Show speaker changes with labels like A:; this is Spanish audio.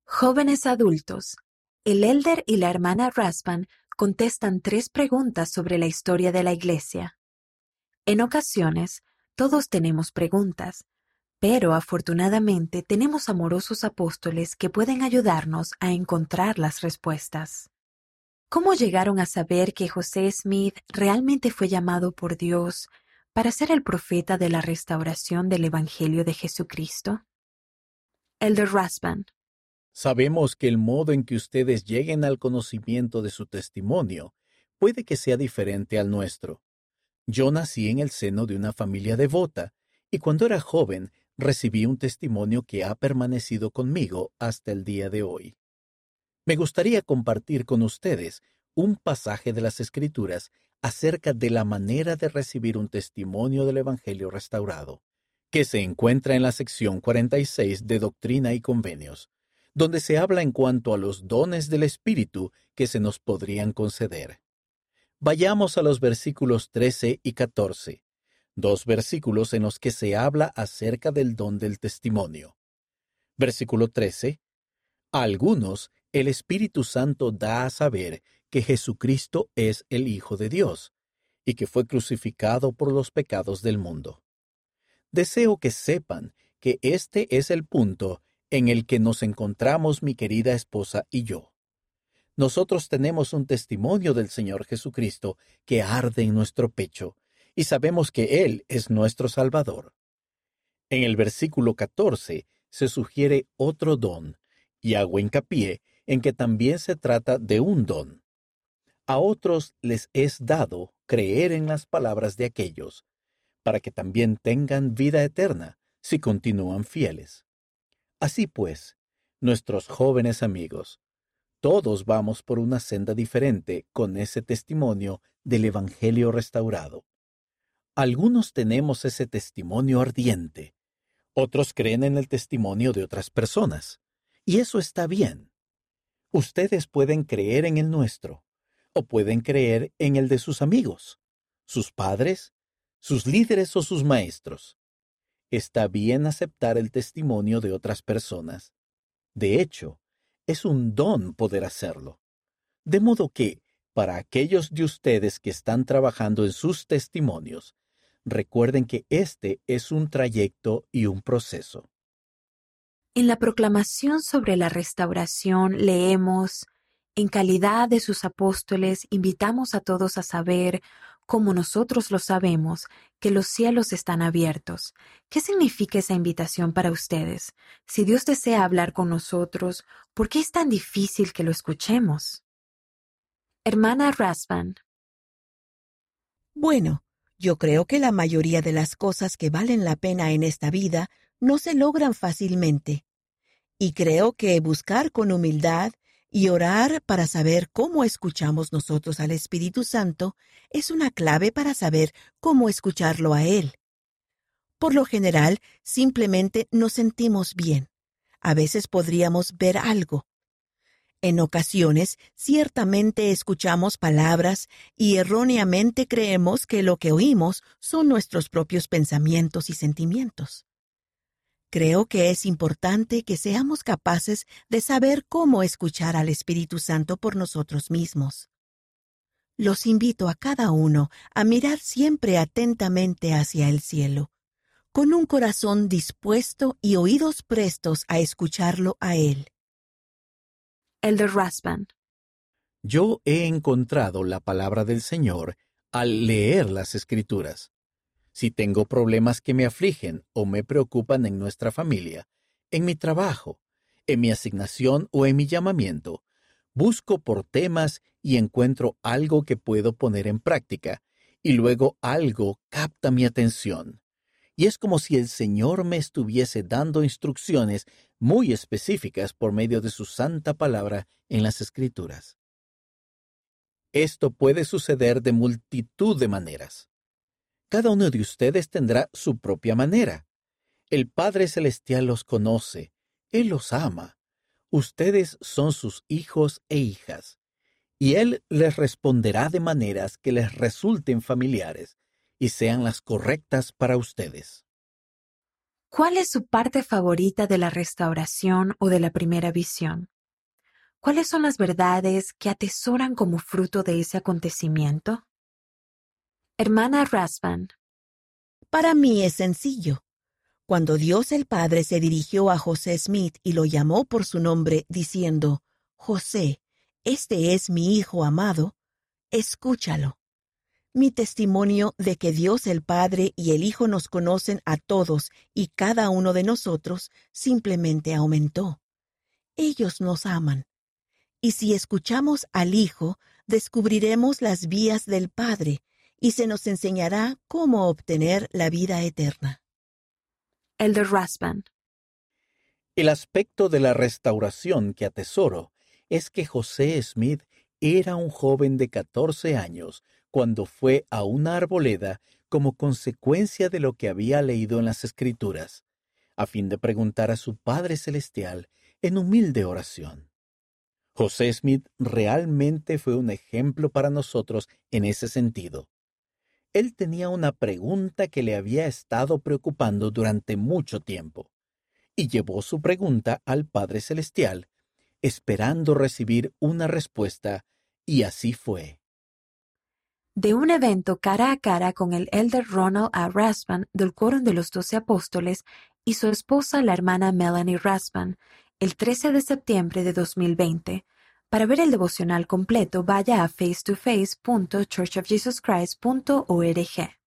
A: Jóvenes adultos, el elder y la hermana Raspan contestan 3 preguntas sobre la historia de la Iglesia. En ocasiones, todos tenemos preguntas, pero afortunadamente tenemos amorosos apóstoles que pueden ayudarnos a encontrar las respuestas. ¿Cómo llegaron a saber que José Smith realmente fue llamado por Dios para ser el profeta de la restauración del Evangelio de Jesucristo? Elder Raspan.
B: Sabemos que el modo en que ustedes lleguen al conocimiento de su testimonio puede que sea diferente al nuestro. Yo nací en el seno de una familia devota, y cuando era joven recibí un testimonio que ha permanecido conmigo hasta el día de hoy. Me gustaría compartir con ustedes un pasaje de las Escrituras acerca de la manera de recibir un testimonio del Evangelio restaurado, que se encuentra en la sección 46 de Doctrina y Convenios, donde se habla en cuanto a los dones del Espíritu que se nos podrían conceder. Vayamos a los versículos 13 y 14, 2 versículos en los que se habla acerca del don del testimonio. Versículo 13. A algunos el Espíritu Santo da a saber que Jesucristo es el Hijo de Dios, y que fue crucificado por los pecados del mundo. Deseo que sepan que este es el punto en el que nos encontramos mi querida esposa y yo. Nosotros tenemos un testimonio del Señor Jesucristo que arde en nuestro pecho, y sabemos que Él es nuestro Salvador. En el versículo 14 se sugiere otro don, y hago hincapié en que también se trata de un don. A otros les es dado creer en las palabras de aquellos, para que también tengan vida eterna, si continúan fieles. Así pues, nuestros jóvenes amigos, todos vamos por una senda diferente con ese testimonio del Evangelio restaurado. Algunos tenemos ese testimonio ardiente, otros creen en el testimonio de otras personas, y eso está bien. Ustedes pueden creer en el nuestro, o pueden creer en el de sus amigos, sus padres, sus líderes o sus maestros. Está bien aceptar el testimonio de otras personas. De hecho, es un don poder hacerlo. De modo que, para aquellos de ustedes que están trabajando en sus testimonios, recuerden que este es un trayecto y un proceso.
A: En la proclamación sobre la restauración leemos: en calidad de sus apóstoles, invitamos a todos a saber, como nosotros lo sabemos, que los cielos están abiertos. ¿Qué significa esa invitación para ustedes? Si Dios desea hablar con nosotros, ¿por qué es tan difícil que lo escuchemos? Hermana Raspan.
C: Bueno, yo creo que la mayoría de las cosas que valen la pena en esta vida no se logran fácilmente. Y creo que buscar con humildad y orar para saber cómo escuchamos nosotros al Espíritu Santo es una clave para saber cómo escucharlo a Él. Por lo general, simplemente nos sentimos bien. A veces podríamos ver algo. En ocasiones, ciertamente escuchamos palabras y erróneamente creemos que lo que oímos son nuestros propios pensamientos y sentimientos. Creo que es importante que seamos capaces de saber cómo escuchar al Espíritu Santo por nosotros mismos. Los invito a cada uno a mirar siempre atentamente hacia el cielo, con un corazón dispuesto y oídos prestos a escucharlo a Él.
A: Elder Raspan.
B: Yo he encontrado la palabra del Señor al leer las Escrituras. Si tengo problemas que me afligen o me preocupan en nuestra familia, en mi trabajo, en mi asignación o en mi llamamiento, busco por temas y encuentro algo que puedo poner en práctica, y luego algo capta mi atención. Y es como si el Señor me estuviese dando instrucciones muy específicas por medio de su santa palabra en las Escrituras. Esto puede suceder de multitud de maneras. Cada uno de ustedes tendrá su propia manera. El Padre Celestial los conoce, Él los ama. Ustedes son sus hijos e hijas, y Él les responderá de maneras que les resulten familiares y sean las correctas para ustedes.
A: ¿Cuál es su parte favorita de la restauración o de la primera visión? ¿Cuáles son las verdades que atesoran como fruto de ese acontecimiento? Hermana Rasband.
C: Para mí es sencillo. Cuando Dios el Padre se dirigió a José Smith y lo llamó por su nombre, diciendo, José, este es mi Hijo amado, escúchalo. Mi testimonio de que Dios el Padre y el Hijo nos conocen a todos y cada uno de nosotros simplemente aumentó. Ellos nos aman. Y si escuchamos al Hijo, descubriremos las vías del Padre y se nos enseñará cómo obtener la vida eterna.
A: Elder Rasband.
B: El aspecto de la restauración que atesoro es que José Smith era un joven de 14 años cuando fue a una arboleda como consecuencia de lo que había leído en las Escrituras, a fin de preguntar a su Padre Celestial en humilde oración. José Smith realmente fue un ejemplo para nosotros en ese sentido. Él tenía una pregunta que le había estado preocupando durante mucho tiempo, y llevó su pregunta al Padre Celestial, esperando recibir una respuesta, y así fue.
A: De un evento cara a cara con el Elder Ronald A. Rasband del Quórum de los 12 Apóstoles y su esposa, la hermana Melanie Rasband, el 13 de septiembre de 2020. Para ver el devocional completo, vaya a face2face.churchofjesuschrist.org.